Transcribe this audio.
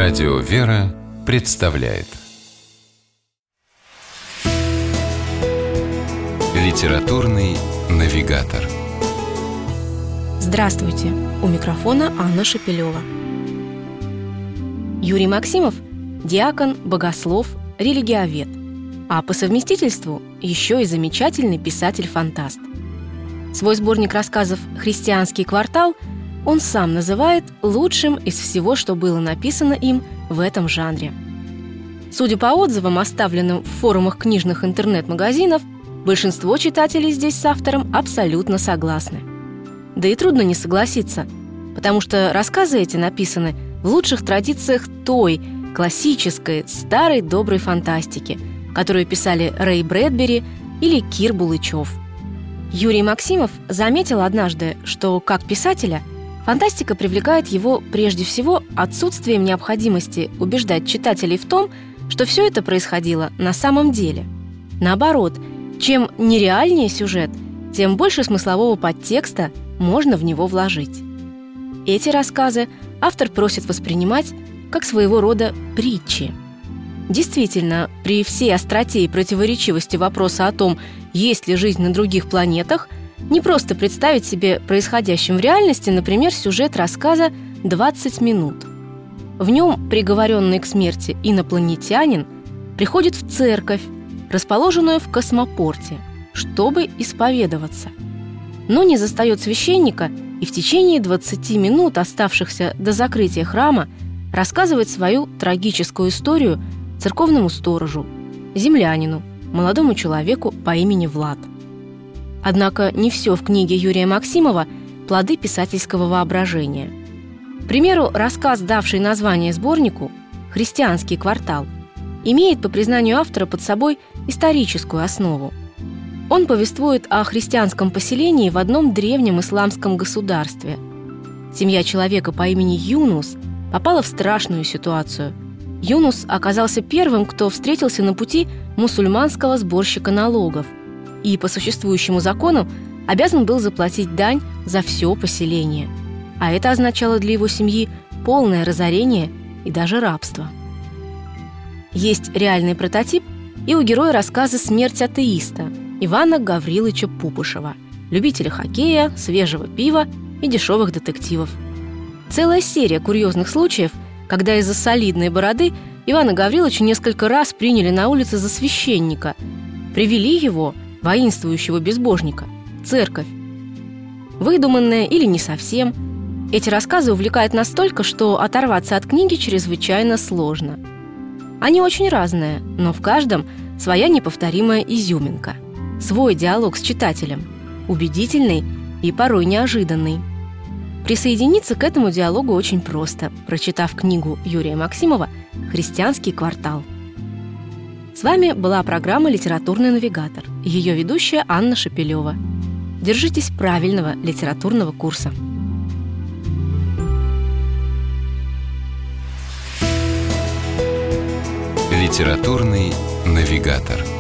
Радио «Вера» представляет Литературный навигатор. Здравствуйте! У микрофона Анна Шепелева. Юрий Максимов – диакон, богослов, религиовед, а по совместительству еще и замечательный писатель-фантаст. Свой сборник рассказов «Христианский квартал» он сам называет лучшим из всего, что было написано им в этом жанре. Судя по отзывам, оставленным в форумах книжных интернет-магазинов, большинство читателей здесь с автором абсолютно согласны. Да и трудно не согласиться, потому что рассказы эти написаны в лучших традициях той классической, старой доброй фантастики, которую писали Рэй Брэдбери или Кир Булычев. Юрий Максимов заметил однажды, что как писателя фантастика привлекает его прежде всего отсутствием необходимости убеждать читателей в том, что все это происходило на самом деле. Наоборот, чем нереальнее сюжет, тем больше смыслового подтекста можно в него вложить. Эти рассказы автор просит воспринимать как своего рода притчи. Действительно, при всей остроте и противоречивости вопроса о том, есть ли жизнь на других планетах, не просто представить себе происходящим в реальности, например, сюжет рассказа «20 минут». В нем приговоренный к смерти инопланетянин приходит в церковь, расположенную в космопорте, чтобы исповедоваться. Но не застает священника и в течение 20 минут, оставшихся до закрытия храма, рассказывает свою трагическую историю церковному сторожу, землянину, молодому человеку по имени Влад. Однако не все в книге Юрия Максимова – плоды писательского воображения. К примеру, рассказ, давший название сборнику «Христианский квартал», имеет, по признанию автора, под собой историческую основу. Он повествует о христианском поселении в одном древнем исламском государстве. Семья человека по имени Юнус попала в страшную ситуацию. Юнус оказался первым, кто встретился на пути мусульманского сборщика налогов и по существующему закону обязан был заплатить дань за все поселение. А это означало для его семьи полное разорение и даже рабство. Есть реальный прототип и у героя рассказа «Смерть атеиста» Ивана Гавриловича Пупышева, любителя хоккея, свежего пива и дешевых детективов. Целая серия курьезных случаев, когда из-за солидной бороды Ивана Гавриловича несколько раз приняли на улице за священника, привели его, воинствующего безбожника, в церковь. Выдуманное или не совсем, эти рассказы увлекают настолько, что оторваться от книги чрезвычайно сложно. Они очень разные, но в каждом своя неповторимая изюминка, свой диалог с читателем, убедительный и порой неожиданный. Присоединиться к этому диалогу очень просто, прочитав книгу Юрия Максимова «Христианский квартал». С вами была программа «Литературный навигатор», ее ведущая Анна Шепелева. Держитесь правильного литературного курса. Литературный навигатор.